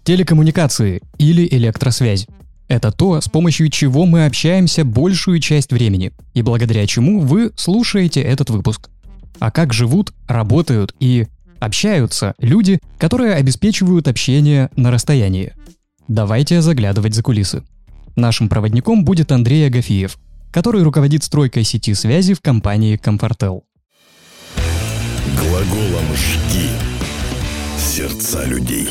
Телекоммуникации или электросвязь. Это то, с помощью чего мы общаемся большую часть времени, и благодаря чему вы слушаете этот выпуск. А как живут, работают и общаются люди, которые обеспечивают общение на расстоянии? Давайте заглядывать за кулисы. Нашим проводником будет Андрей Агафиев, который руководит стройкой сети связи в компании Комфортел. Глаголом «жги» сердца людей.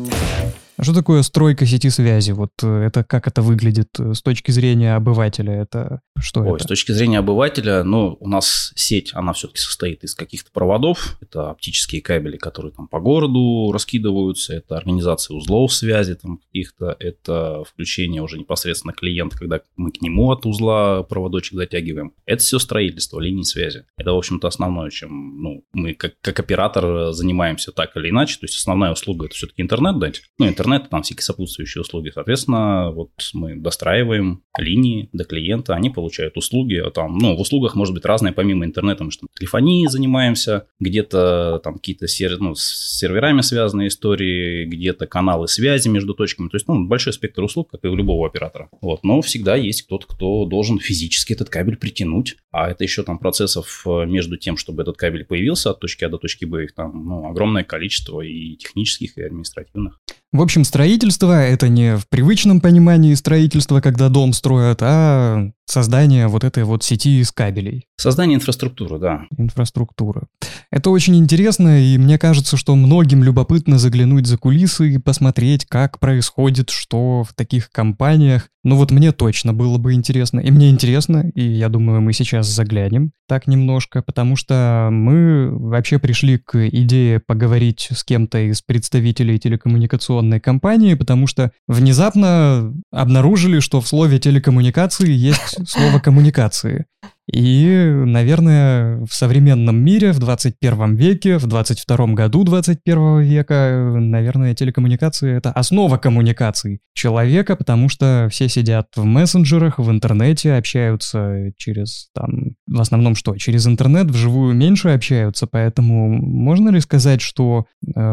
Что такое стройка сети связи? Вот это как это выглядит с точки зрения обывателя? Это что это? С точки зрения обывателя, у нас сеть, она все-таки состоит из каких-то проводов. Это оптические кабели, которые там по городу раскидываются. Это организация узлов связи там каких-то. Это включение уже непосредственно клиента, когда мы к нему от узла проводочек затягиваем. Это все строительство линий связи. Это, в общем-то, основное, чем мы как оператор занимаемся так или иначе. То есть основная услуга – это все-таки интернет дать. Интернет, там всякие сопутствующие услуги. Соответственно, вот мы достраиваем линии до клиента, они получают услуги. Там, в услугах может быть разное, помимо интернета, мы что телефонией занимаемся, где-то там какие-то с серверами связанные истории, где-то каналы связи между точками. То есть, большой спектр услуг, как и у любого оператора. Но всегда есть кто-то, кто должен физически этот кабель притянуть. А это еще там процессов между тем, чтобы этот кабель появился от точки А до точки Б, их там огромное количество и технических, и административных. В общем, строительство – это не в привычном понимании строительства, когда дом строят, а создание вот этой вот сети из кабелей. Создание инфраструктуры, да. Инфраструктура. Это очень интересно, и мне кажется, что многим любопытно заглянуть за кулисы и посмотреть, как происходит, что в таких компаниях. Мне точно было бы интересно, и мне интересно, и я думаю, мы сейчас заглянем так немножко, потому что мы вообще пришли к идее поговорить с кем-то из представителей телекоммуникационной компании, потому что внезапно обнаружили, что в слове телекоммуникации есть слово коммуникации. И, наверное, в современном мире, в 21 веке, в 22 году 21 века, наверное, телекоммуникации — это основа коммуникаций человека, потому что все сидят в мессенджерах, в интернете, общаются через, в основном что? Через интернет, вживую меньше общаются, поэтому можно ли сказать, что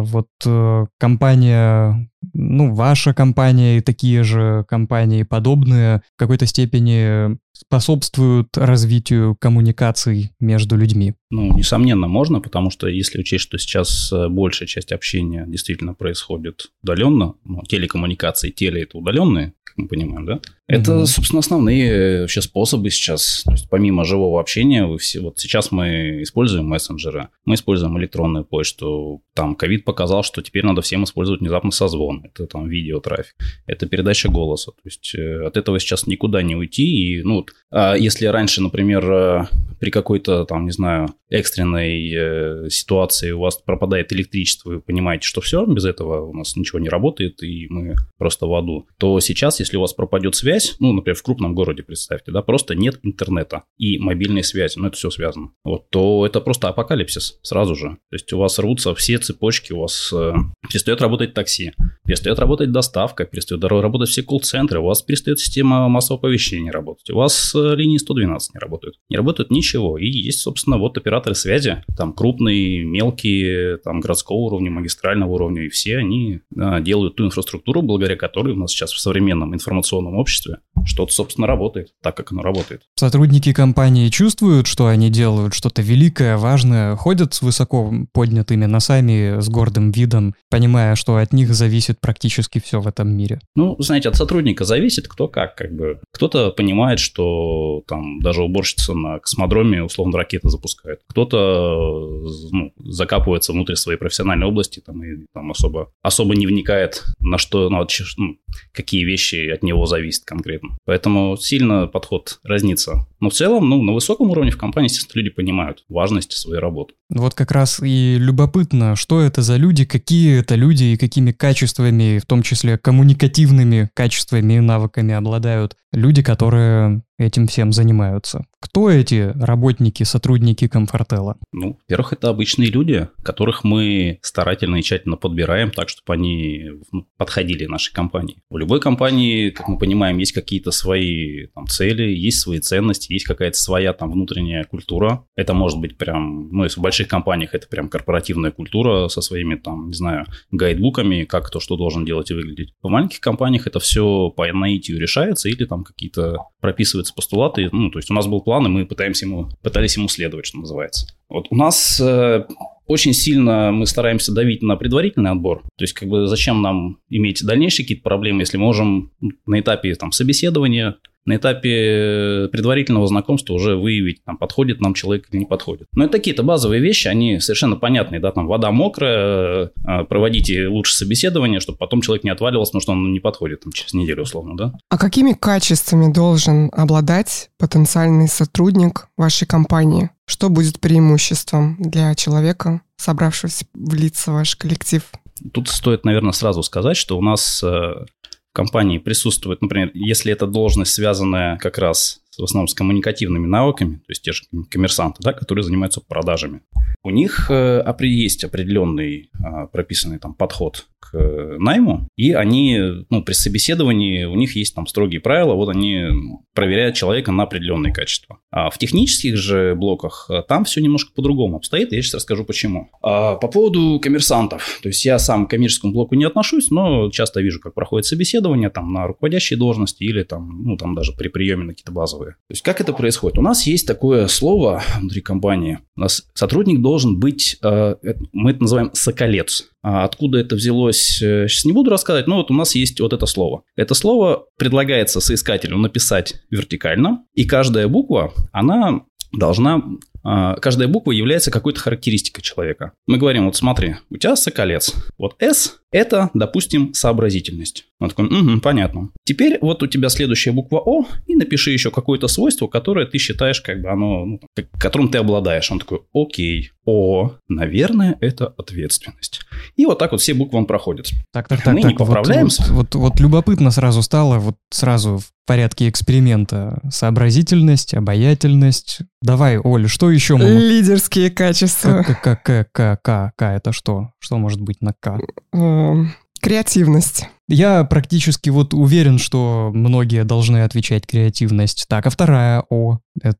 компания... ваша компания и такие же компании подобные в какой-то степени способствуют развитию коммуникаций между людьми? Несомненно, можно, потому что если учесть, что сейчас большая часть общения действительно происходит удаленно, телекоммуникации, это удаленные, как мы понимаем, да? Это, собственно, основные вообще способы сейчас. То есть, помимо живого общения, сейчас мы используем мессенджеры, мы используем электронную почту. Там ковид показал, что теперь надо всем использовать внезапно созвон. Это там видеотрафик, это передача голоса. То есть, от этого сейчас никуда не уйти. И, если раньше, например, при какой-то, экстренной ситуации у вас пропадает электричество, вы понимаете, что все, без этого у нас ничего не работает, и мы просто в аду, то сейчас, если у вас пропадет связь, например, в крупном городе, представьте, да, просто нет интернета и мобильной связи, это все связано, то это просто апокалипсис сразу же. То есть у вас рвутся все цепочки, у вас перестает работать такси, перестает работать доставка, перестает работать все колл-центры, у вас перестает система массового оповещения работать, у вас линии 112 не работают. Не работает ничего. И есть, собственно, операторы связи, там крупные, мелкие, городского уровня, магистрального уровня, и все они делают ту инфраструктуру, благодаря которой у нас сейчас в современном информационном обществе что-то, собственно, работает так, как оно работает. Сотрудники компании чувствуют, что они делают что-то великое, важное, ходят с высоко поднятыми носами, с гордым видом, понимая, что от них зависит практически все в этом мире. Знаете, от сотрудника зависит кто как. Кто-то понимает, что даже уборщица на космодроме условно ракеты запускает. Кто-то закапывается внутрь своей профессиональной области и особо не вникает на что, какие вещи от него зависят конкретно. Поэтому сильно подход разнится. Но в целом, на высоком уровне в компании, естественно, люди понимают важность своей работы. Как раз и любопытно, что это за люди, какие это люди и какими качествами, в том числе коммуникативными качествами и навыками обладают люди, которые этим всем занимаются? Кто эти работники, сотрудники Комфортела? Ну, во-первых, это обычные люди, которых мы старательно и тщательно подбираем так, чтобы они подходили нашей компании. У любой компании, как мы понимаем, есть какие-то свои там цели, есть свои ценности, есть какая-то своя там внутренняя культура. Это может быть прям, ну, если в больших компаниях это прям корпоративная культура со своими там, не знаю, гайдбуками, как кто что должен делать и выглядеть. В маленьких компаниях это все по наитию решается или там какие-то прописываются постулаты. Ну, то есть у нас был план, и мы пытались ему следовать, что называется. Вот у нас очень сильно мы стараемся давить на предварительный отбор. То есть, как бы, зачем нам иметь дальнейшие какие-то проблемы, если мы можем на этапе там собеседования, на этапе предварительного знакомства уже выявить, там, подходит нам человек или не подходит. Но это какие-то базовые вещи, они совершенно понятные, да, там, вода мокрая, проводите лучше собеседование, чтобы потом человек не отваливался, потому что он не подходит там, через неделю, условно, да. А какими качествами должен обладать потенциальный сотрудник вашей компании? Что будет преимуществом для человека, собравшегося влиться в ваш коллектив? Тут стоит, наверное, сразу сказать, что у нас в компании присутствует, например, если эта должность связанная как раз в основном с коммуникативными навыками, то есть те же коммерсанты, да, которые занимаются продажами. У них есть определенный прописанный там подход к найму, и они, ну, при собеседовании у них есть там строгие правила, вот они проверяют человека на определенные качества. А в технических же блоках там все немножко по-другому обстоит, и я сейчас расскажу почему. По поводу коммерсантов, то есть я сам к коммерческому блоку не отношусь, но часто вижу, как проходит собеседование там на руководящие должности или там, ну, там даже при приеме на какие-то базовые. То есть как это происходит? У нас есть такое слово внутри компании, у нас сотрудник должен быть, мы это называем соколец. А откуда это взялось, сейчас не буду рассказывать, но вот у нас есть вот это слово. Это слово предлагается соискателю написать вертикально, и каждая буква, она должна... Каждая буква является какой-то характеристикой человека. Мы говорим, вот смотри, у тебя соколец. Вот S – это, допустим, сообразительность. Он такой, понятно. Теперь вот у тебя следующая буква О, и напиши еще какое-то свойство, которое ты считаешь, как бы оно, ну, которым ты обладаешь. Он такой, окей, О, наверное, это ответственность. И вот так вот все буквы он проходит. Мы не поправляемся. Вот любопытно сразу стало, вот сразу в порядке эксперимента. Сообразительность, обаятельность. Давай, Оль, что еще мы... Лидерские качества. К, это что? Что может быть на К? Креативность. Я практически вот уверен, что многие должны отвечать креативность. Так, а вторая О,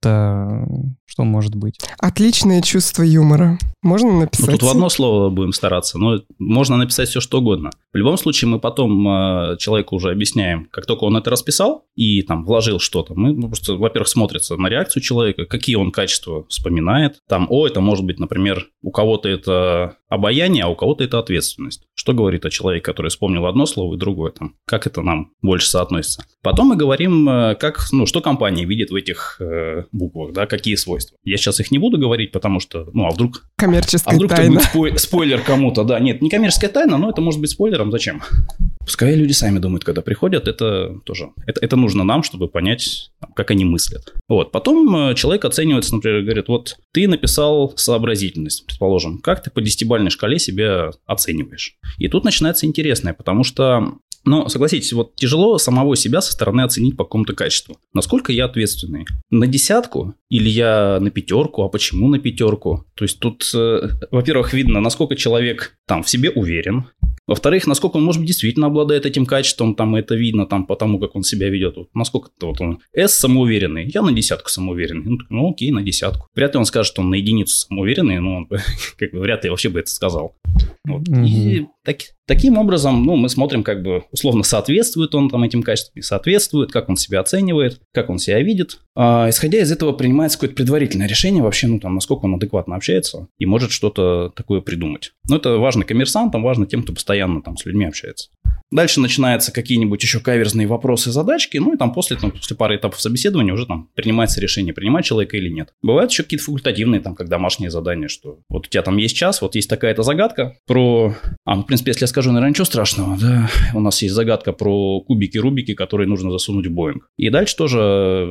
это что может быть? Отличное чувство юмора. Можно написать? Ну, тут в одно слово будем стараться, но можно написать все, что угодно. В любом случае, мы потом человеку уже объясняем, как только он это расписал и там вложил что-то, мы просто, во-первых, смотрится на реакцию человека, какие он качества вспоминает. Там, это может быть, например, у кого-то это обаяние, а у кого-то это ответственность. Что говорит о человеке, который вспомнил одно слово и другое, там, как это нам больше соотносится. Потом мы говорим, что компания видит в этих буквах, да, какие свойства. Я сейчас их не буду говорить, потому что, а вдруг... Коммерческая тайна. Это будет спойлер кому-то, да. Нет, не коммерческая тайна, но это может быть спойлером. Зачем? Пускай люди сами думают, когда приходят, это тоже... Это нужно нам, чтобы понять, как они мыслят. Вот. Потом человек оценивается, например, говорит, вот ты написал сообразительность, предположим. Как ты по 10-бальной шкале себя оцениваешь? И тут начинается интересное, потому что... согласитесь, вот тяжело самого себя со стороны оценить по какому-то качеству. Насколько я ответственный? На 10 или я на 5? А почему на 5? То есть тут, во-первых, видно, насколько человек там в себе уверен. Во-вторых, насколько он, может быть, действительно обладает этим качеством, там это видно там, по тому, как он себя ведет. Вот, насколько-то вот он S самоуверенный, я на 10 самоуверенный. Окей, на 10. Вряд ли он скажет, что он на 1 самоуверенный, но он как бы вряд ли вообще бы это сказал. Вот. И таким образом, мы смотрим, как бы условно соответствует он там этим качествам, не соответствует, как он себя оценивает, как он себя видит. Исходя из этого принимается какое-то предварительное решение вообще, насколько он адекватно общается и может что-то такое придумать. Но это важно коммерсантам, важно тем, кто постоянно там с людьми общается. Дальше начинаются какие-нибудь еще каверзные вопросы, задачки, и там после пары этапов собеседования уже там принимается решение, принимать человека или нет. Бывают еще какие-то факультативные, там, как домашние задания, что вот у тебя там есть час, вот есть такая-то загадка про... в принципе, если я скажу, наверное, ничего страшного, да, у нас есть загадка про кубики-рубики, которые нужно засунуть в Боинг. И дальше тоже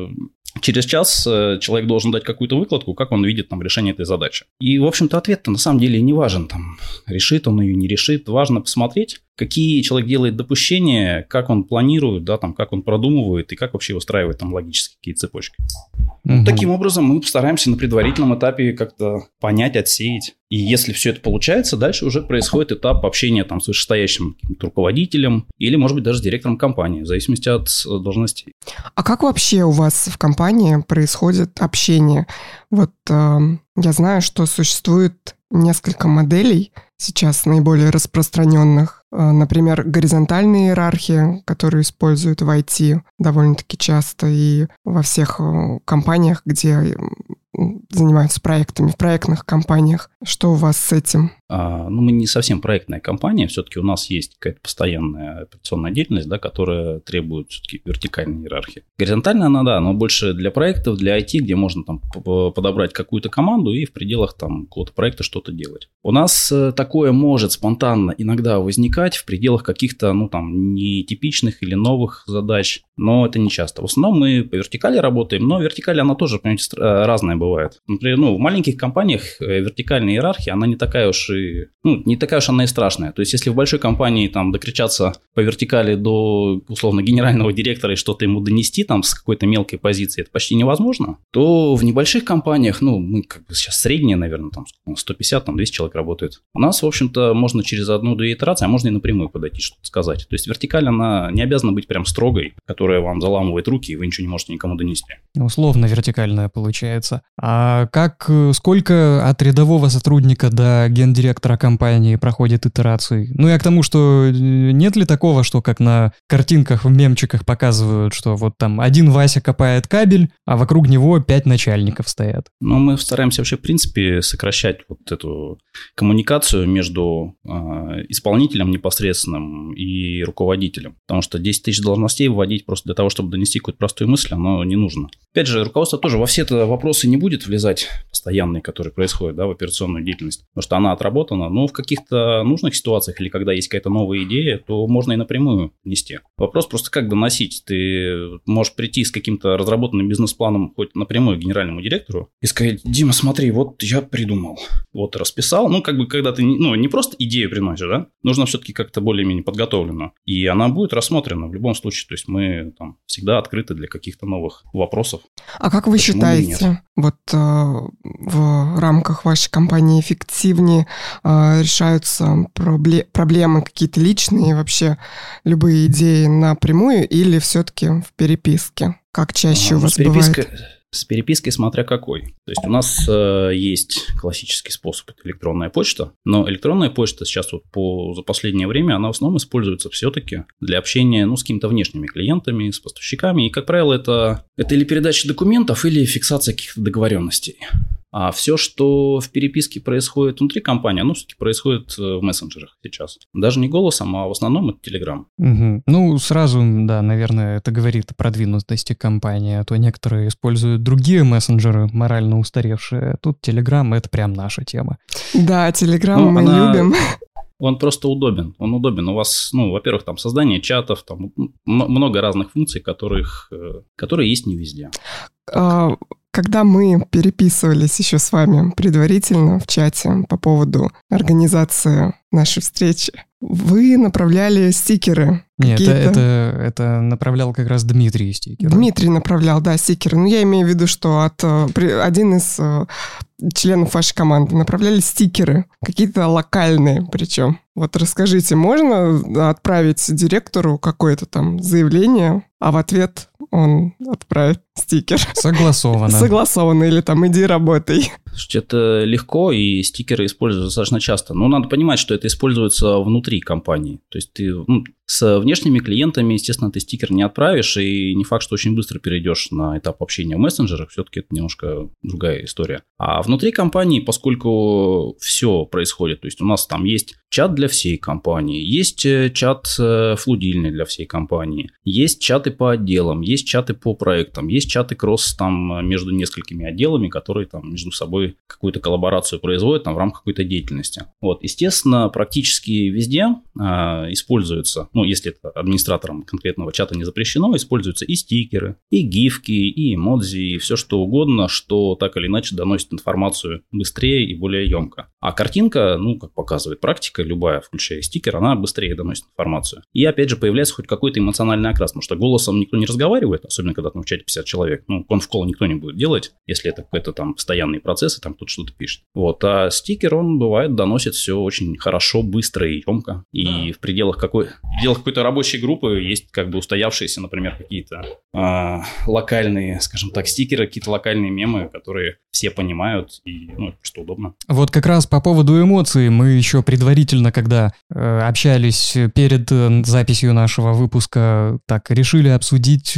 Через час человек должен дать какую-то выкладку, как он видит там решение этой задачи. И, в общем-то, ответ-то на самом деле не важен. Там, решит он ее, не решит. Важно посмотреть, какие человек делает допущения, как он планирует, да, там, как он продумывает и как вообще устраивает там логические какие-то цепочки. Вот таким образом мы стараемся на предварительном этапе как-то понять, отсеять. И если все это получается, дальше уже происходит этап общения там, с вышестоящим руководителем или, может быть, даже с директором компании, в зависимости от должностей. А как вообще у вас в компании происходит общение? Вот я знаю, что существует несколько моделей сейчас наиболее распространенных. Например, горизонтальная иерархия, которую используют в IT довольно-таки часто и во всех компаниях, где занимаются проектами, в проектных компаниях. Что у вас с этим? Мы не совсем проектная компания, все-таки у нас есть какая-то постоянная операционная деятельность, да, которая требует все-таки вертикальной иерархии. Горизонтальная она, да, но больше для проектов, для IT, где можно там подобрать какую-то команду и в пределах там какого-то проекта что-то делать. У нас такое может спонтанно иногда возникать в пределах каких-то, нетипичных или новых задач, но это не часто. В основном мы по вертикали работаем, но вертикаль, она тоже, понимаете, разная бывает. Например, в маленьких компаниях вертикальная иерархия, она не такая уж она и страшная. То есть, если в большой компании там докричаться по вертикали до, условно, генерального директора и что-то ему донести там с какой-то мелкой позиции, это почти невозможно, то в небольших компаниях, мы как бы сейчас средние, наверное, там 150, 200 человек работает. У нас, в общем-то, можно через 1-2 итерации, а можно и напрямую подойти, что-то сказать. То есть, вертикаль, она не обязана быть прям строгой, которая вам заламывает руки, и вы ничего не можете никому донести. Условно вертикальная получается. А сколько от рядового сотрудника до гендиректора компании проходит итераций? Я к тому, что нет ли такого, что как на картинках в мемчиках показывают, что вот там один Вася копает кабель, а вокруг него 5 начальников стоят? Мы стараемся вообще, в принципе, сокращать вот эту коммуникацию между исполнителем непосредственным и руководителем. Потому что 10 тысяч должностей вводить просто для того, чтобы донести какую-то простую мысль, оно не нужно. Опять же, руководство тоже во все это вопросы не будет влезать, постоянные, которые происходят, да, в операционную деятельность, потому что она отработана, но в каких-то нужных ситуациях или когда есть какая-то новая идея, то можно и напрямую нести. Вопрос просто как доносить. Ты можешь прийти с каким-то разработанным бизнес-планом хоть напрямую к генеральному директору и сказать: Дима, смотри, вот я придумал, вот расписал. Когда ты не просто идею приносишь, да, нужно все-таки как-то более-менее подготовлено. И она будет рассмотрена в любом случае. То есть мы там всегда открыты для каких-то новых вопросов. А как вы считаете, вот в рамках вашей компании эффективнее решаются проблемы какие-то личные, вообще любые идеи напрямую или все-таки в переписке? Как чаще у вас бывает? С перепиской смотря какой. То есть у нас есть классический способ, это электронная почта, но электронная почта сейчас за последнее время, она в основном используется все-таки для общения с какими-то внешними клиентами, с поставщиками, и, как правило, это или передача документов, или фиксация каких-то договоренностей. А все, что в переписке происходит внутри компании, оно все-таки происходит в мессенджерах сейчас. Даже не голосом, а в основном это Telegram. Угу. Сразу, да, наверное, это говорит о продвинутости компании, а то некоторые используют другие мессенджеры, морально устаревшие. Тут Telegram — это прям наша тема. Да, Telegram мы любим. Он просто удобен. Он удобен. У вас, во-первых, там создание чатов, там много разных функций, которые есть не везде. Когда мы переписывались еще с вами предварительно в чате по поводу организации нашей встречи, вы направляли стикеры. Нет, это направлял как раз Дмитрий стикеры. Дмитрий направлял, да, стикеры. Я имею в виду, что один из членов вашей команды направляли стикеры, какие-то локальные причем. Вот расскажите, можно отправить директору какое-то там заявление, а в ответ он отправит стикер? Согласовано. Согласовано, или там иди работай. Слушайте, это легко, и стикеры используются достаточно часто. Но надо понимать, что это используется внутри компании. То есть ты с внешними клиентами, естественно, ты стикер не отправишь, и не факт, что очень быстро перейдешь на этап общения в мессенджерах. Все-таки это немножко другая история. А внутри компании, поскольку все происходит, то есть у нас там есть чат для всей компании, есть чат флудильный для всей компании, есть чаты по отделам, есть чаты по проектам, есть чаты кросс там между несколькими отделами, которые там между собой какую-то коллаборацию производят там в рамках какой-то деятельности. Вот, естественно, практически везде используются, ну, если это администратором конкретного чата не запрещено, используются и стикеры, и гифки, и эмодзи, и все что угодно, что так или иначе доносит информацию быстрее и более емко. А картинка, ну, как показывает практика, любая, включая стикер, она быстрее доносит информацию. И опять же появляется хоть какой-то эмоциональный окрас, потому что голосом никто не разговаривает, особенно когда там в чате 50 человек. Ну, конф-колл никто не будет делать, если это какой-то там постоянный процесс, и там кто-то что-то пишет. Вот, а стикер, он бывает доносит все очень хорошо, быстро и емко. И в пределах какой-то рабочей группы есть как бы устоявшиеся, например, какие-то локальные, скажем так, стикеры, какие-то локальные мемы, которые все понимают и, ну, что удобно. Вот как раз по поводу эмоций мы еще предварительно, когда общались перед записью нашего выпуска, так решили обсудить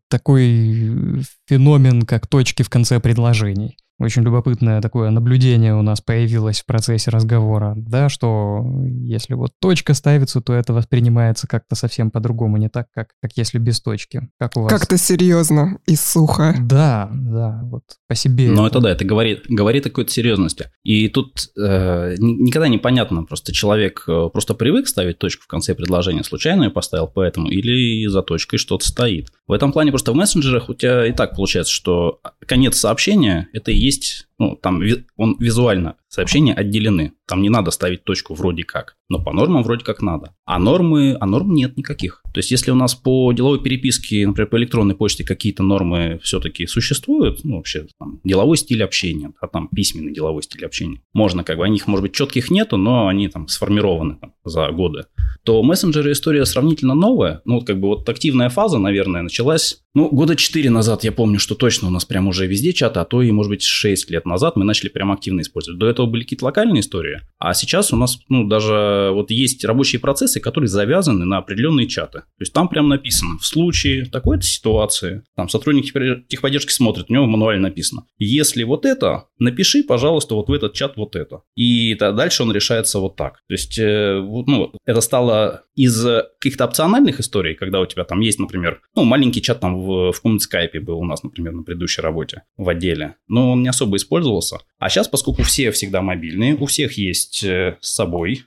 такой феномен, как точки в конце предложений. Очень любопытное такое наблюдение у нас появилось в процессе разговора, да, что если вот точка ставится, то это воспринимается как-то совсем по-другому, не так, как если без точки. Как у вас? Как-то серьезно и сухо. Да, вот по себе. Но это говорит о какой-то серьезности. И тут никогда не понятно, просто человек просто привык ставить точку в конце предложения, случайно ее поставил поэтому, или за точкой что-то стоит. В этом плане просто в мессенджерах у тебя и так получается, что конец сообщения – это и есть, ну, там он визуально, сообщения отделены. Там не надо ставить точку вроде как, но по нормам вроде как надо. А норм нет никаких. То есть, если у нас по деловой переписке, например, по электронной почте какие-то нормы все-таки существуют, ну, вообще, там, деловой стиль общения, а там письменный деловой стиль общения, можно как бы, о них, может быть, четких нету, но они там сформированы там, за годы, то мессенджеры история сравнительно новая. Ну, вот как бы вот активная фаза, наверное, началась, ну, года 4 назад, я помню, что точно у нас прям уже везде чаты, а то и, может быть, 6 лет назад мы начали прям активно использовать. До этого были какие-то локальные истории, а сейчас у нас, ну, даже вот есть рабочие процессы, которые завязаны на определенные чаты. То есть там прям написано, в случае такой-то ситуации, там сотрудник техподдержки смотрит, у него в мануале написано, если вот это, напиши, пожалуйста, вот в этот чат вот это. И дальше он решается вот так. То есть, ну, это стало из каких-то опциональных историй, когда у тебя там есть, например, ну, маленький чат там в каком-нибудь скайпе был у нас, например, на предыдущей работе в отделе, но он не особо использовался. А сейчас, поскольку все всегда мобильные, у всех есть с собой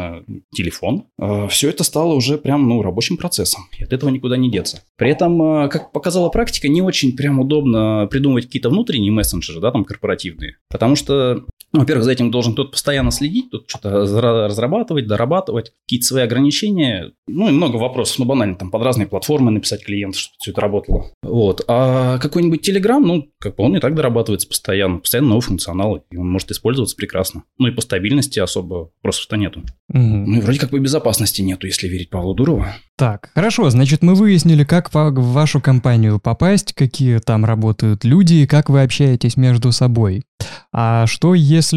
телефон, все это стало уже прям, ну, рабочим процессом. И от этого никуда не деться. При этом, как показала практика, не очень прям удобно придумывать какие-то внутренние мессенджеры, да, там корпоративные. Потому что, ну, во-первых, за этим должен кто-то постоянно следить, тут что-то разрабатывать, дорабатывать, какие-то свои ограничения. Ну, и много вопросов, ну, банально, там под разные платформы написать клиенту, чтобы все это работало. Вот. А какой-нибудь Telegram, ну, как бы он и так дорабатывается постоянно новые функционалы, и он может использоваться прекрасно. Ну, и по стабильности особо вопросов-то нету. Угу. Ну, и вроде как по безопасности нету, если верить Павлу Дурову. Так, хорошо, значит, мы выяснили, как в вашу компанию попасть, какие там работают люди и как вы общаетесь между собой. А что,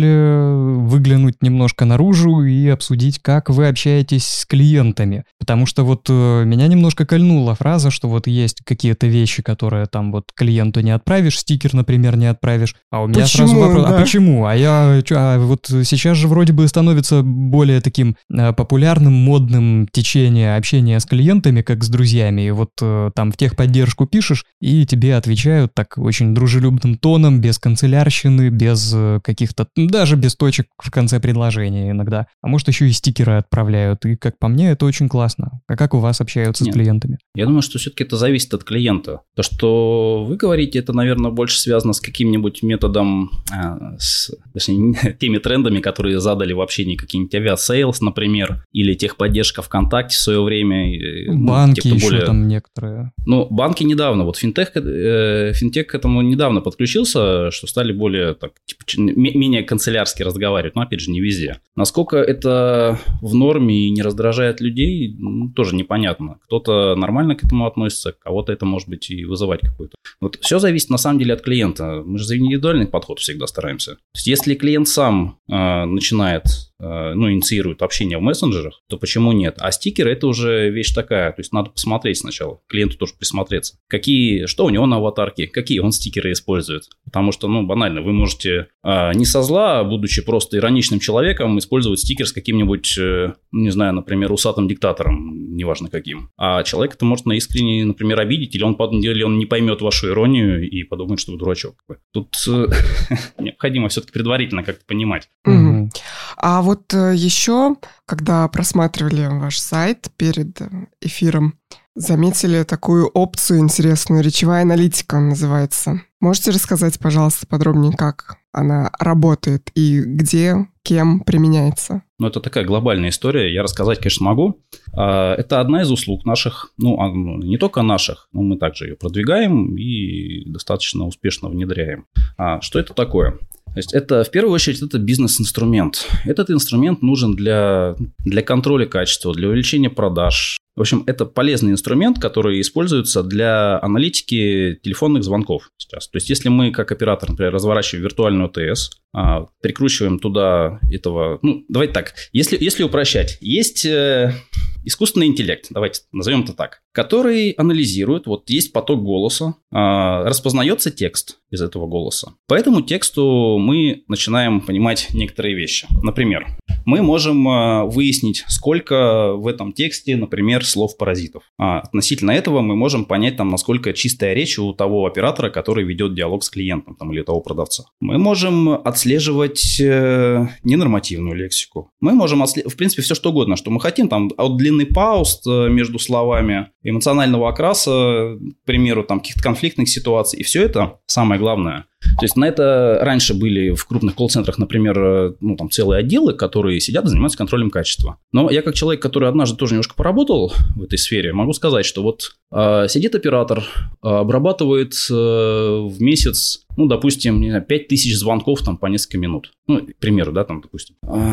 если выглянуть немножко наружу и обсудить, как вы общаетесь с клиентами? Потому что вот меня немножко кольнула фраза, что вот есть какие-то вещи, которые там вот клиенту не отправишь, стикер, например, не отправишь, а у меня почему, сразу вопрос, да? а почему? А вот сейчас же вроде бы становится более таким популярным, модным течение общения с клиентами, как с друзьями, и вот там в техподдержку пишешь, и тебе отвечают так очень дружелюбным тоном, без канцелярщины, без каких-то, даже без точек в конце предложения иногда. А может, еще и стикеры отправляют, и, как по мне, это очень классно. А как у вас общаются с клиентами? Я думаю, что все-таки это зависит от клиента. То, что вы говорите, это, наверное, больше связано с каким-нибудь методом, точнее, теми трендами, которые задали в общении какие-нибудь авиасейлс, например, или техподдержка ВКонтакте в свое время. Банки еще более... там некоторые. Ну, банки недавно, вот финтех к этому недавно подключился, что стали более, так, типа, менее канцелярски разговаривать, но, опять же, не везде. Насколько это в норме и не раздражает людей, ну, тоже непонятно. Кто-то нормально к этому относится, кого-то это может быть и вызывать какой-то. Вот все зависит на самом деле от клиента. Мы же за индивидуальный подход всегда стараемся. То есть, если клиент сам начинает инициируют общение в мессенджерах, то почему нет? А стикеры – это уже вещь такая, то есть надо посмотреть сначала, клиенту тоже присмотреться. Что у него на аватарке, какие он стикеры использует. Потому что, банально, вы можете не со зла, будучи просто ироничным человеком, использовать стикер с каким-нибудь, например, усатым диктатором, неважно каким. А человек это может искренне, например, обидеть, или он не поймет вашу иронию и подумает, что вы дурачок. Тут необходимо все-таки предварительно как-то понимать. Угу. А вот еще, когда просматривали ваш сайт перед эфиром, заметили такую опцию интересную, речевая аналитика называется. Можете рассказать, пожалуйста, подробнее, как она работает и где, кем применяется? Это такая глобальная история, я рассказать, конечно, могу. Это одна из услуг наших, не только наших, но мы также ее продвигаем и достаточно успешно внедряем. Что это такое? То есть это, в первую очередь, это бизнес-инструмент. Этот инструмент нужен для контроля качества, для увеличения продаж. В общем, это полезный инструмент, который используется для аналитики телефонных звонков сейчас. То есть, если мы, как оператор, например, разворачиваем виртуальную ОТС, прикручиваем туда этого... давайте так, если упрощать, есть искусственный интеллект, давайте назовем это так, который анализирует, есть поток голоса, распознается текст из этого голоса. По этому тексту мы начинаем понимать некоторые вещи. Например, мы можем выяснить, сколько в этом тексте, например, слов-паразитов. Относительно этого мы можем понять, насколько чистая речь у того оператора, который ведет диалог с клиентом или того продавца. Мы можем отслеживать ненормативную лексику. Мы можем в принципе, все что угодно, что мы хотим, от длины пауз между словами, эмоционального окраса, к примеру, каких-то конфликтных ситуаций. И все это самое главное. То есть, на это раньше были в крупных колл-центрах, например, целые отделы, которые сидят и занимаются контролем качества. Но я, как человек, который однажды тоже немножко поработал в этой сфере, могу сказать, что сидит оператор, обрабатывает в месяц, допустим, 5000 звонков по несколько минут. К примеру, допустим.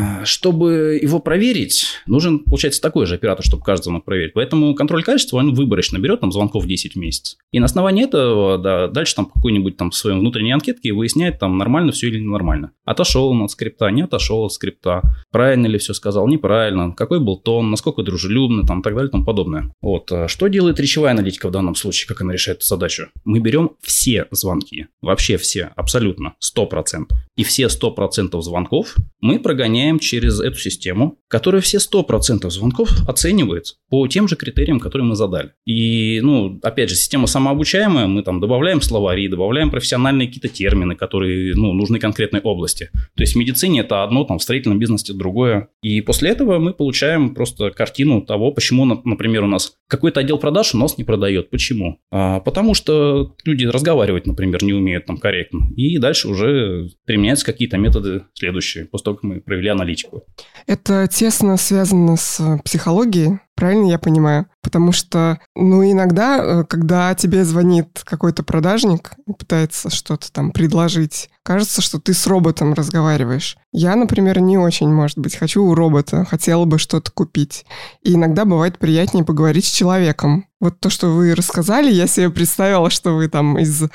Чтобы его проверить, нужен, получается, такой же оператор, чтобы каждый звонок проверить. Поэтому контроль качества, он выборочно берет звонков 10 в месяц. И на основании этого, дальше какой-нибудь в своем внутренней анкетке выясняет, нормально все или ненормально. Отошел он от скрипта, не отошел от скрипта. Правильно ли все сказал, неправильно. Какой был тон, насколько дружелюбный, и так далее, и тому подобное. Что делает речевая аналитика в данном случае, как она решает эту задачу? Мы берем все звонки, вообще все, абсолютно, 100%. И все 100% звонков мы прогоняем через эту систему, которая все 100% звонков оценивает по тем же критериям, которые мы задали. И, опять же, система самообучаемая, мы добавляем словари, добавляем профессиональные какие-то термины, которые, нужны конкретной области. То есть в медицине это одно, в строительном бизнесе другое. И после этого мы получаем просто картину того, почему, например, у нас какой-то отдел продаж у нас не продает. Почему? Потому что люди разговаривать, например, не умеют корректно. И дальше уже применяются какие-то методы следующие, после того, как мы провели аналитику. Это тесно связано с психологией, правильно я понимаю? Потому что, иногда, когда тебе звонит какой-то продажник и пытается что-то предложить, кажется, что ты с роботом разговариваешь. Я, например, не очень, может быть, хочу у робота, хотела бы что-то купить. И иногда бывает приятнее поговорить с человеком. То, что вы рассказали, я себе представила, что вы из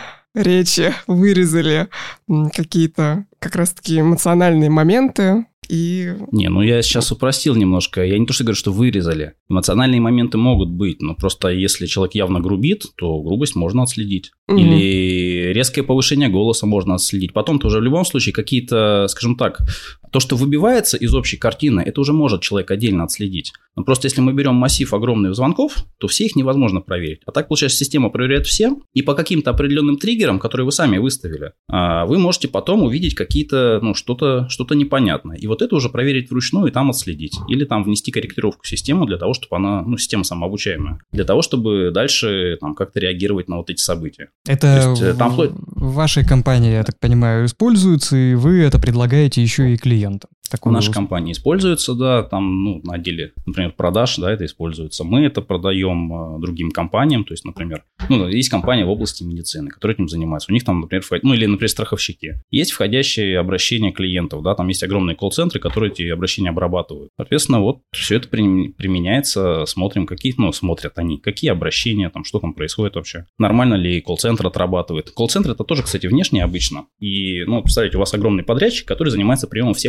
речи вырезали какие-то как раз-таки эмоциональные моменты. Я сейчас упростил немножко. Я не то, что говорю, что вырезали. Эмоциональные моменты могут быть, но просто если человек явно грубит, то грубость можно отследить. Угу. Или резкое повышение голоса можно отследить. Потом-то уже в любом случае какие-то, скажем так, то, что выбивается из общей картины, это уже может человек отдельно отследить. Но просто если мы берем массив огромных звонков, то все их невозможно проверить. А так, получается, система проверяет все, и по каким-то определенным триггерам, которые вы сами выставили, вы можете потом увидеть какие-то, что-то непонятное. И это уже проверить вручную и там отследить. Или внести корректировку в систему для того, чтобы она, система самообучаемая, для того, чтобы дальше как-то реагировать на эти события. Это в вашей компании, я так понимаю, используется, и вы это предлагаете еще и клиентам. В нашей компании используется, да, на отделе, например, продаж, да, это используется. Мы это продаем другим компаниям, то есть, например, есть компания в области медицины, которая этим занимается. У них например, например, страховщики. Есть входящие обращения клиентов, да, там есть огромные колл-центры, которые эти обращения обрабатывают. Соответственно, все это применяется, смотрим, смотрят они, какие обращения, что там происходит вообще. Нормально ли колл-центр отрабатывает. Колл-центр это тоже, кстати, внешне обычно. И, представляете, у вас огромный подрядчик, который занимается приемом всех ваших входящих.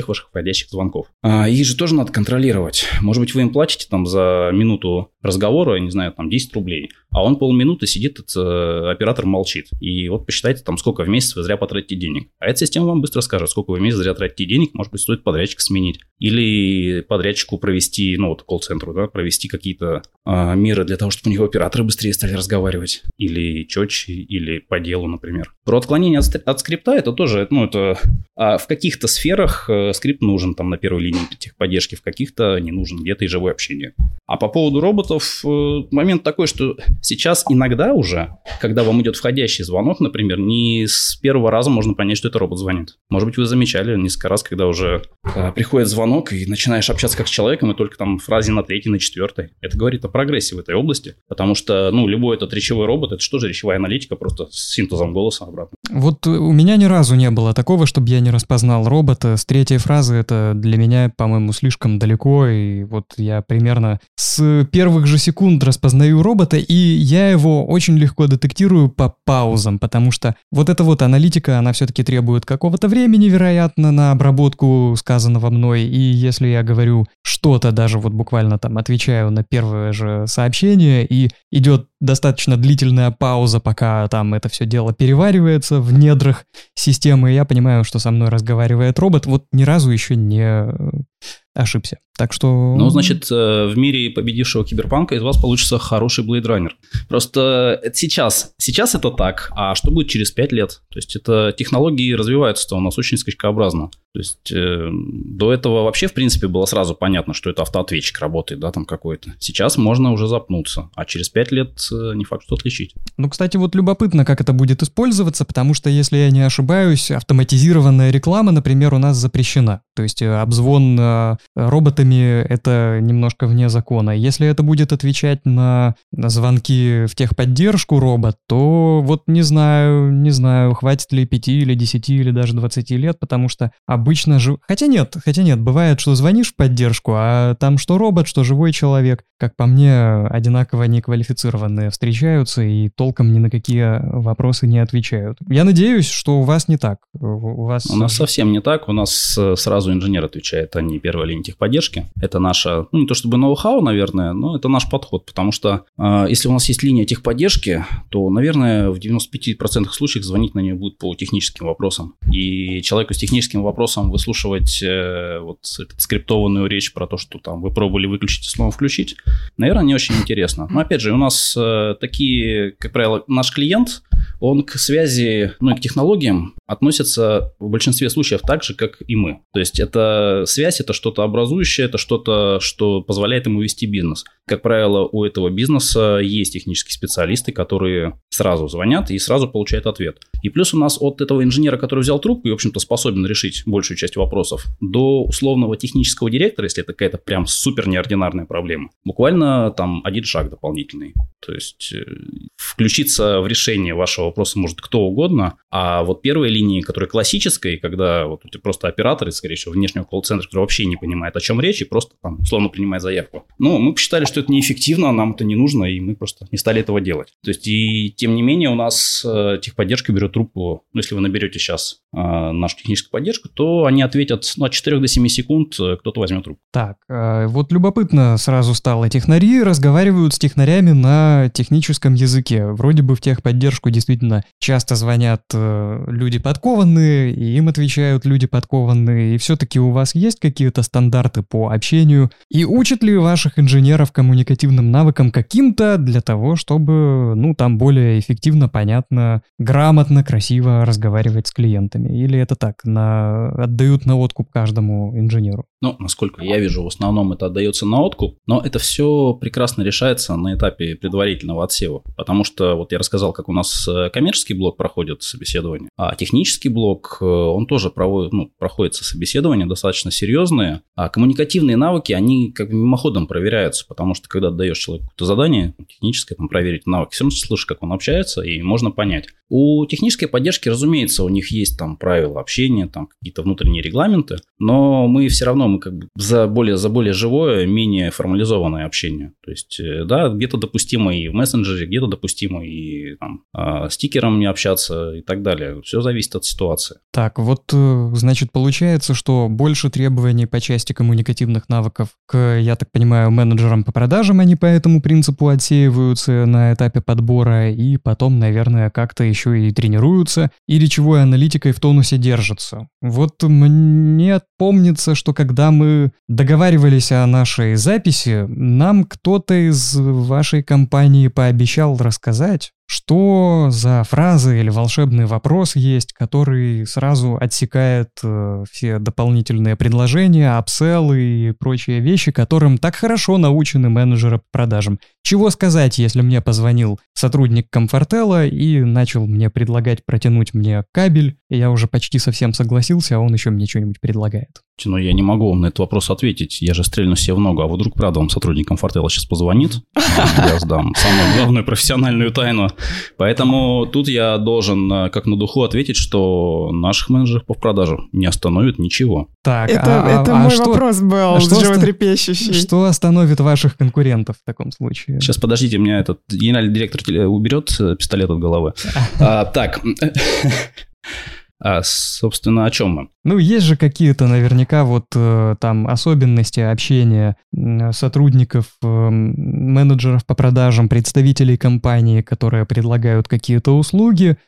входящих звонков. Их же тоже надо контролировать. Может быть, вы им платите там за минуту разговора, я не знаю, там 10 рублей, а он полминуты сидит, оператор молчит. И вот посчитайте, там, сколько в месяц вы зря потратите денег. А эта система вам быстро скажет, сколько вы в месяц зря тратите денег, может быть, стоит подрядчика сменить. Или подрядчику провести, ну, вот колл-центру, да, провести какие-то меры для того, чтобы у него операторы быстрее стали разговаривать. Или четче, или по делу, например. Про отклонение от скрипта это тоже, ну, это в каких-то сферах скрипт нужен там на первой линии техподдержки, в каких-то не нужен, где-то и живое общение. А по поводу роботов, момент такой, что сейчас иногда уже, когда вам идет входящий звонок, например, не с первого раза можно понять, что это робот звонит. Может быть, вы замечали несколько раз, когда уже приходит звонок, и начинаешь общаться как с человеком, и только там в фразе на 3-й, на 4-й. Это говорит о прогрессе в этой области, потому что, ну, любой этот речевой робот, это что же речевая аналитика, просто с синтезом голоса обратно. Вот у меня ни разу не было такого, чтобы я не распознал робота. С 3-й фразы это для меня, по-моему, слишком далеко, и вот я примерно с первых же секунд распознаю робота, и я его очень легко детектирую по паузам, потому что вот эта вот аналитика, она все-таки требует какого-то времени, вероятно, на обработку сказанного мной, и если я говорю что-то, даже вот буквально там отвечаю на первое же сообщение, и идет достаточно длительная пауза, пока там это все дело переваривается в недрах системы, и я понимаю, что со мной разговаривает робот, вот ни разу еще не ошибся. Так что... Ну, значит, в мире победившего киберпанка из вас получится хороший Blade Runner. Просто это сейчас это так, а что будет через 5 лет? То есть, это технологии развиваются у нас очень скачкообразно. То есть, до этого вообще, в принципе, было сразу понятно, что это автоответчик работает, да, там какой-то. Сейчас можно уже запнуться, а через 5 лет не факт, что отличить. Ну, кстати, вот любопытно, как это будет использоваться, потому что, если я не ошибаюсь, автоматизированная реклама, например, у нас запрещена. То есть, обзвон роботами это немножко вне закона. Если это будет отвечать на звонки в техподдержку робот, то вот не знаю, хватит ли 5 или 10 или даже 20 лет, потому что обычно же... Хотя нет, бывает, что звонишь в поддержку, а там что робот, что живой человек, как по мне, одинаково неквалифицированные встречаются и толком ни на какие вопросы не отвечают. Я надеюсь, что у вас не так. У нас совсем не так. У нас сразу инженер отвечает, а не первая линия техподдержки. Это наша, ну, не то чтобы ноу-хау, наверное, но это наш подход, потому что если у нас есть линия техподдержки, то, наверное, в 95% случаев звонить на нее будет по техническим вопросам. И человеку с техническим вопросом выслушивать вот эту скриптованную речь про то, что там вы пробовали выключить и снова включить, наверное, не очень интересно. Но, опять же, у нас такие, как правило, наш клиент, он к связи, ну, и к технологиям относится в большинстве случаев так же, как и мы. То есть, это связь, это что-то образующее, это что-то, что позволяет ему вести бизнес. Как правило, у этого бизнеса есть технические специалисты, которые сразу звонят и сразу получают ответ. И плюс у нас от этого инженера, который взял трубку и, в общем-то, способен решить большую часть вопросов, до условного технического директора, если это какая-то прям супер неординарная проблема, буквально там один шаг дополнительный. То есть, включиться в решение вашего вопроса может кто угодно, а вот первой линии, которая классическая, когда вот просто операторы, скорее всего, внешнего колл-центра, который вообще не понимает, о чем речь, и просто там условно принимает заявку. Но мы посчитали, что это неэффективно, нам это не нужно, и мы просто не стали этого делать. То есть, и тем не менее, у нас техподдержка берет трубку, ну, если вы наберете сейчас нашу техническую поддержку, то они ответят, ну, от 4 до 7 секунд кто-то возьмет трубку. Так, вот любопытно сразу стало. Технари разговаривают с технарями на техническом языке. Вроде бы в техподдержку действительно часто звонят люди подкованные, и им отвечают люди подкованные. И все-таки у вас есть какие-то стандарты по общению? И учат ли ваших инженеров коммуникативным навыкам каким-то для того, чтобы, ну, там более эффективно, понятно, грамотно, красиво разговаривать с клиентами? Или это так, отдают на откуп каждому инженеру? Ну, насколько я вижу, в основном это отдается на откуп, но это все прекрасно решается на этапе предварительного отсева, потому что вот я рассказал, как у нас коммерческий блок проходит собеседование, а технический блок, он тоже проходит собеседование достаточно серьезные, а коммуникативные навыки, они как бы мимоходом проверяются, потому что когда даешь человеку какое-то задание, техническое, там, проверить навыки, все равно слышишь, как он общается, и можно понять. У технической поддержки, разумеется, у них есть там правила общения, там какие-то внутренние регламенты, но мы все равно как бы за более живое, менее формализованное общение. То есть, да, где-то допустимо и в мессенджере, где-то допустимо и там, стикером не общаться и так далее. Все зависит от ситуации. Так, вот, значит, получается, что больше требований по части коммуникативных навыков к, я так понимаю, менеджерам по продажам, они по этому принципу отсеиваются на этапе подбора и потом, наверное, как-то еще и тренируются, и речевой аналитикой в тонусе держатся. Вот мне помнится, что когда мы договаривались о нашей записи, нам кто-то из вашей компании пообещал рассказать, что за фраза или волшебный вопрос есть, который сразу отсекает все дополнительные предложения, апселлы и прочие вещи, которым так хорошо научены менеджеры по продажам. Чего сказать, если мне позвонил сотрудник Комфортела и начал мне предлагать протянуть мне кабель, и я уже почти совсем согласился, а он еще мне что-нибудь предлагает. Но я не могу вам на этот вопрос ответить. Я же стрельну себе в ногу. А вдруг, правда, вам сотрудник Комфортела сейчас позвонит? Я сдам самую главную профессиональную тайну. Поэтому тут я должен, как на духу, ответить, что наших менеджеров по продажам не остановит ничего. Так, это мой вопрос был, животрепещущий. Что остановит ваших конкурентов в таком случае? Сейчас, подождите, у меня этот генеральный директор уберет пистолет от головы. Так... собственно, о чем мы? Ну, есть же какие-то наверняка вот там особенности общения сотрудников, менеджеров по продажам, представителей компании, которые предлагают какие-то услуги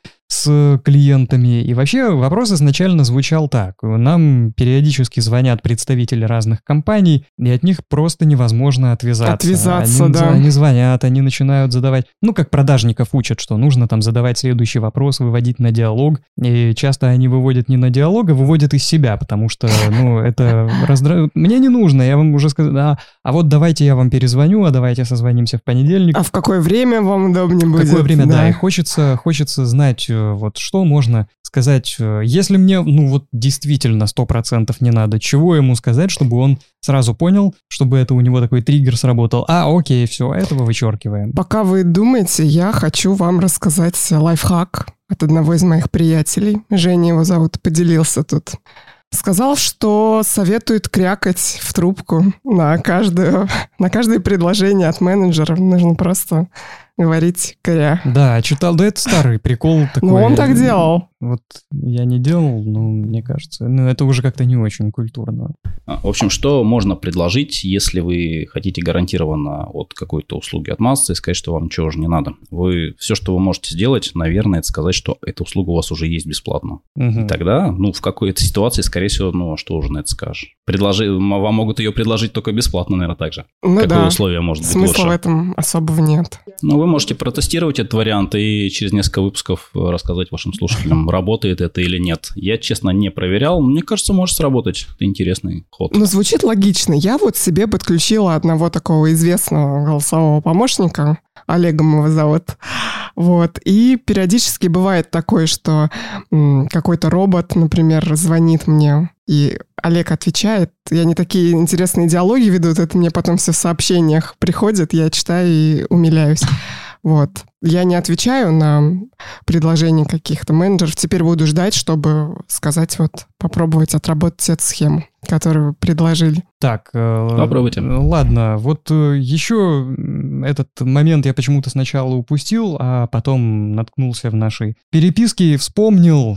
с клиентами. И вообще вопрос изначально звучал так. Нам периодически звонят представители разных компаний, и от них просто невозможно отвязаться. Они звонят, они начинают задавать... Ну, как продажников учат, что нужно там задавать следующий вопрос, выводить на диалог. И часто они выводят не на диалог, а выводят из себя, потому что, ну, это мне не нужно, я вам уже сказал, а вот давайте я вам перезвоню, а давайте созвонимся в понедельник. А в какое время вам удобнее будет? В какое время, да, и хочется знать, вот что можно сказать, если мне, ну вот действительно 100% не надо, чего ему сказать, чтобы он сразу понял, чтобы это у него такой триггер сработал. Окей, все, этого вычеркиваем. Пока вы думаете, я хочу вам рассказать лайфхак от одного из моих приятелей. Женя его зовут, поделился тут. Сказал, что советует крякать в трубку на каждое предложение от менеджера. Нужно просто говорить кря. Да, читал, да это старый прикол такой. Ну, он так делал. Вот я не делал, но мне кажется, это уже как-то не очень культурно. В общем, что можно предложить, если вы хотите гарантированно от какой-то услуги отмазаться и сказать, что вам ничего уже не надо? Все, что вы можете сделать, наверное, это сказать, что эта услуга у вас уже есть бесплатно. Угу. И тогда, в какой-то ситуации, скорее всего, что уже на это скажешь? Вам могут ее предложить только бесплатно, наверное, так же. Ну какое да. условие может быть лучше? Смысла в этом особого нет. Вы можете протестировать этот вариант и через несколько выпусков рассказать вашим слушателям, работает это или нет. Я, честно, не проверял. Мне кажется, может сработать. Это интересный ход. Звучит логично. Я вот себе подключила одного такого известного голосового помощника. Олегом его зовут. Вот. И периодически бывает такое, что какой-то робот, например, звонит мне, и Олег отвечает. И они такие интересные диалоги ведут. Это мне потом все в сообщениях приходит. Я читаю и умиляюсь. Вот. Я не отвечаю на предложения каких-то менеджеров. Теперь буду ждать, чтобы сказать, попробовать отработать эту схему, которую вы предложили. Так, попробуйте. Ладно, вот еще этот момент я почему-то сначала упустил, а потом наткнулся в нашей переписке и вспомнил,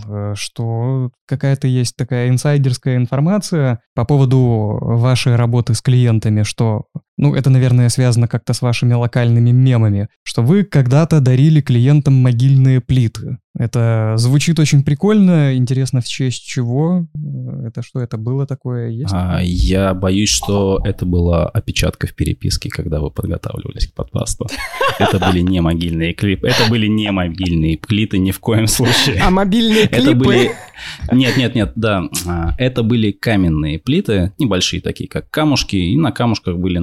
что какая-то есть такая инсайдерская информация по поводу вашей работы с клиентами, что, это, наверное, связано как-то с вашими локальными мемами, что вы когда-то дарили клиентам могильные плиты. Это звучит очень прикольно. Интересно, в честь чего? Это что это было такое? Есть? Я боюсь, что это была опечатка в переписке, когда вы подготавливались к подкасту. Это были не могильные клипы. Это были не могильные плиты ни в коем случае. А мобильные клипы? Нет, да. Это были каменные плиты, небольшие такие, как камушки. И на камушках были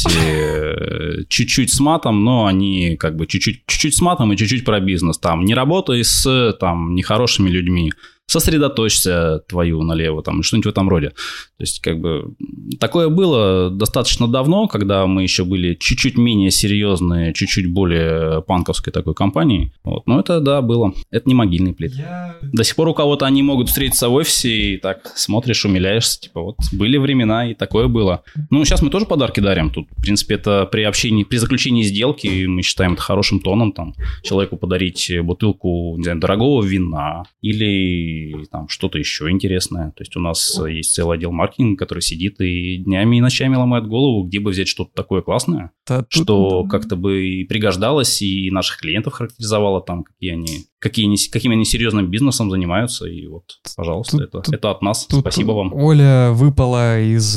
надписи чуть-чуть с матом, но они как бы чуть-чуть с матом и чуть-чуть про бизнес. Там не работай с нехорошими людьми. сосредоточься твою налево, там, что-нибудь в этом роде. То есть, как бы, такое было достаточно давно, когда мы еще были чуть-чуть менее серьезные, чуть-чуть более панковской такой компанией. Вот. Но это, да, было. Это не могильный плит. До сих пор у кого-то они могут встретиться в офисе и так смотришь, умиляешься. Типа, вот, были времена, и такое было. Ну, сейчас мы тоже подарки дарим. Тут, в принципе, это при общении, при заключении сделки, мы считаем это хорошим тоном, там, человеку подарить бутылку, не знаю, дорогого вина или там что-то еще интересное. То есть у нас есть целый отдел маркетинга, который сидит и днями и ночами ломает голову, где бы взять что-то такое классное, что как-то бы и пригождалось, и наших клиентов характеризовало там, каким они серьезным бизнесом занимаются. И вот, пожалуйста, это от нас. Спасибо вам. Оля выпала из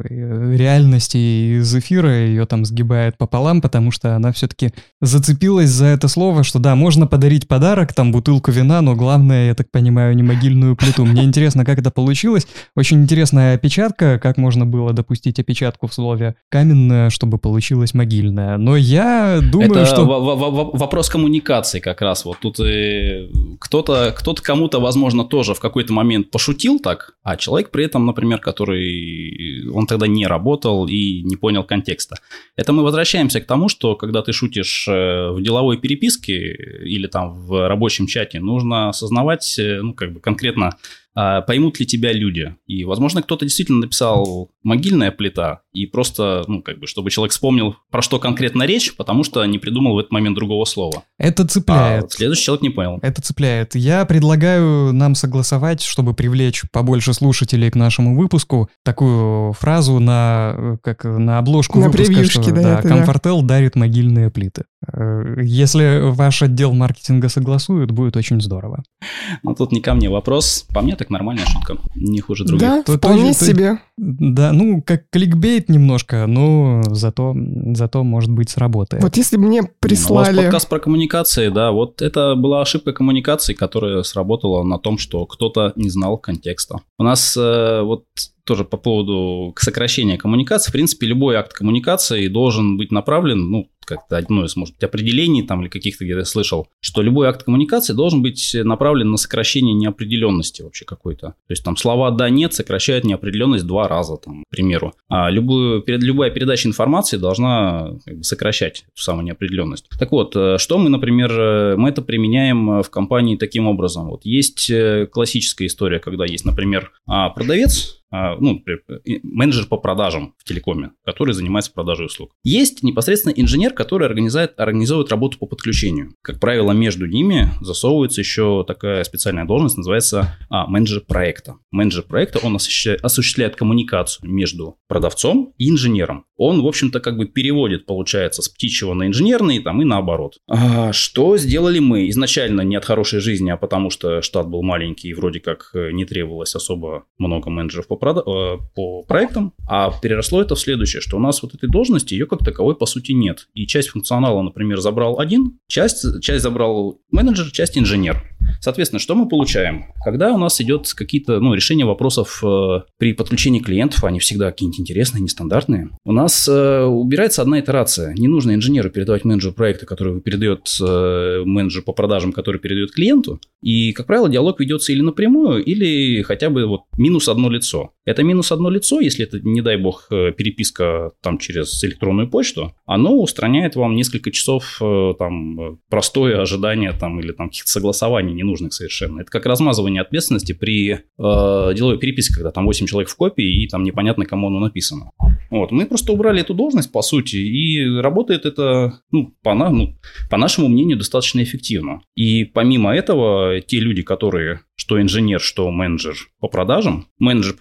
реальности, из эфира, ее там сгибает пополам, потому что она все-таки зацепилась за это слово, что да, можно подарить подарок, там бутылку вина, но главное, я так понимаю, не могильную плиту. Мне интересно, как это получилось. Очень интересная опечатка, как можно было допустить опечатку в слове каменная, чтобы получилась могильная. Но я думаю, это что... вопрос коммуникации как раз. Вот тут кто-то кому-то, возможно, тоже в какой-то момент пошутил так, а человек при этом, например, он тогда не работал и не понял контекста. Это мы возвращаемся к тому, что когда ты шутишь в деловой переписке или там в рабочем чате, нужно осознавать, ну, как бы конкретно, поймут ли тебя люди. И, возможно, кто-то действительно написал «могильная плита», и просто, ну, как бы, чтобы человек вспомнил, про что конкретно речь, потому что не придумал в этот момент другого слова. Это цепляет. А следующий человек не понял. Это цепляет. Я предлагаю нам согласовать, чтобы привлечь побольше слушателей к нашему выпуску, такую фразу как на обложку на выпуска, превьюшке, что да, Комфортел дарит могильные плиты. Если ваш отдел маркетинга согласует, будет очень здорово. Ну, тут не ко мне вопрос. По мне так нормальная шутка. Не хуже других. Да, вполне себе. Да, ну, как кликбейт немножко, но зато может быть, сработает. Вот если бы мне прислали... У вас подкаст про коммуникации, да, вот это была ошибка коммуникации, которая сработала на том, что кто-то не знал контекста. У нас вот тоже по поводу сокращения коммуникации, в принципе, любой акт коммуникации должен быть направлен, ну, как-то одно из, может быть, определений там или каких-то, где я слышал, что любой акт коммуникации должен быть направлен на сокращение неопределенности вообще какой-то. То есть там слова «да», «нет» сокращают неопределенность 2 раза, там, к примеру. А любая передача информации должна как бы сокращать эту самую неопределенность. Так вот, что мы, например, мы это применяем в компании таким образом. Вот есть классическая история, когда есть, например, продавец, ну, менеджер по продажам в телекоме, который занимается продажей услуг. Есть непосредственно инженер, который организует работу по подключению. Как правило, между ними засовывается еще такая специальная должность, называется менеджер проекта. Менеджер проекта, он осуществляет коммуникацию между продавцом и инженером. Он, в общем-то, как бы переводит, получается, с птичьего на инженерный там, и наоборот. Что сделали мы? Изначально не от хорошей жизни, а потому что штат был маленький и вроде как не требовалось особо много менеджеров по проектам, а переросло это в следующее, что у нас вот этой должности, ее как таковой по сути нет. И часть функционала, например, забрал один, часть забрал менеджер, часть инженер. Соответственно, что мы получаем? Когда у нас идет какие-то решения вопросов при подключении клиентов, они всегда какие-нибудь интересные, нестандартные, у нас убирается одна итерация. Не нужно инженеру передавать менеджеру проекта, который передает менеджеру по продажам, который передает клиенту. И, как правило, диалог ведется или напрямую, или хотя бы вот минус одно лицо. Это минус одно лицо, если это, не дай бог, переписка там через электронную почту, оно устраняет вам несколько часов там простое ожидание там или там каких-то согласований ненужных совершенно. Это как размазывание ответственности при деловой переписке, когда там 8 человек в копии и там непонятно, кому оно написано. Вот. Мы просто убрали эту должность, по сути, и работает это, по нашему мнению, достаточно эффективно. И помимо этого, те люди, которые что инженер, что менеджер по продажам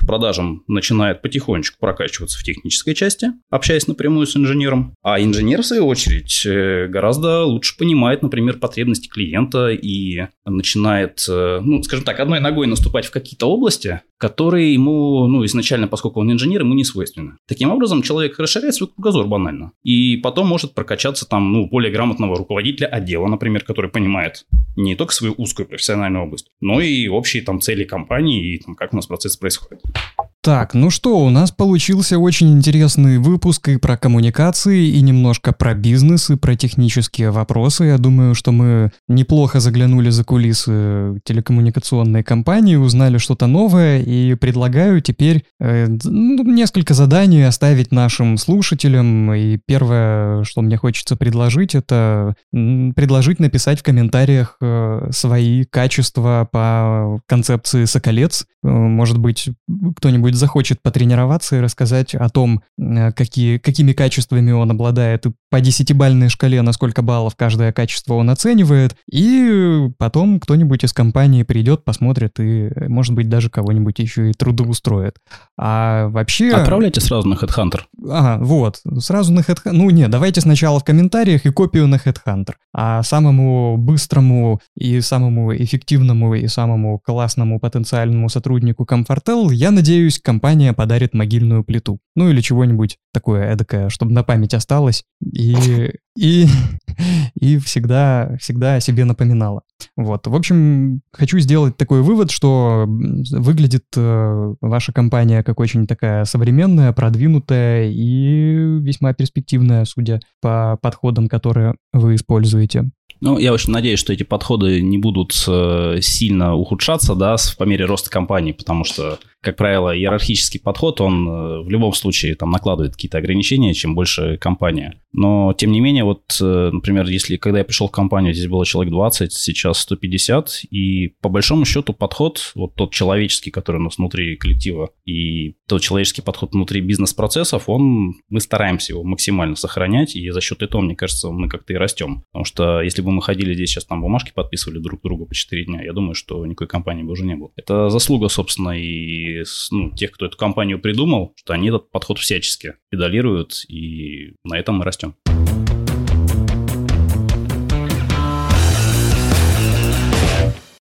начинает потихонечку прокачиваться в технической части, общаясь напрямую с инженером. А инженер, в свою очередь, гораздо лучше понимает, например, потребности клиента и начинает, скажем так, одной ногой наступать в какие-то области, которые ему, изначально, поскольку он инженер, ему не свойственны. Таким образом, человек расширяет свой кругозор банально. И потом может прокачаться там, более грамотного руководителя отдела, например, который понимает не только свою узкую профессиональную область, но и общие там цели компании и там, как у нас процесс происходит. Так, ну что, у нас получился очень интересный выпуск и про коммуникации, и немножко про бизнес, и про технические вопросы. Я думаю, что мы неплохо заглянули за кулисы телекоммуникационной компании, узнали что-то новое, и предлагаю теперь несколько заданий оставить нашим слушателям. И первое, что мне хочется предложить, это предложить написать в комментариях свои качества по концепции «Соколец». Может быть, кто-нибудь захочет потренироваться и рассказать о том, какими качествами он обладает, и по 10-бальной шкале, на сколько баллов каждое качество он оценивает, и потом кто-нибудь из компании придет, посмотрит и, может быть, даже кого-нибудь еще и трудоустроит. А вообще... Отправляйте сразу на HeadHunter. Ага, вот, сразу на HeadHunter. Ну, нет, давайте сначала в комментариях и копию на HeadHunter. А самому быстрому и самому эффективному и самому классному потенциальному сотруднику Комфортел, я надеюсь, компания подарит могильную плиту. Ну, или чего-нибудь такое эдакое, чтобы на память осталось и всегда о себе напоминала. Вот, в общем, хочу сделать такой вывод, что выглядит ваша компания как очень такая современная, продвинутая и весьма перспективная, судя по подходам, которые вы используете. Ну, я очень надеюсь, что эти подходы не будут сильно ухудшаться, да, по мере роста компании, потому что, как правило, иерархический подход, он в любом случае там накладывает какие-то ограничения, чем больше компания. Но, тем не менее, вот, например, когда я пришел в компанию, здесь было человек 20, сейчас 150, и по большому счету подход, вот тот человеческий, который у нас внутри коллектива, и тот человеческий подход внутри бизнес-процессов, мы стараемся его максимально сохранять, и за счет этого, мне кажется, мы как-то и растем. Потому что если бы мы ходили здесь сейчас там бумажки подписывали друг другу по 4 дня, я думаю, что никакой компании бы уже не было. Это заслуга, собственно, и тех, кто эту компанию придумал, что они этот подход всячески педалируют, и на этом мы растем.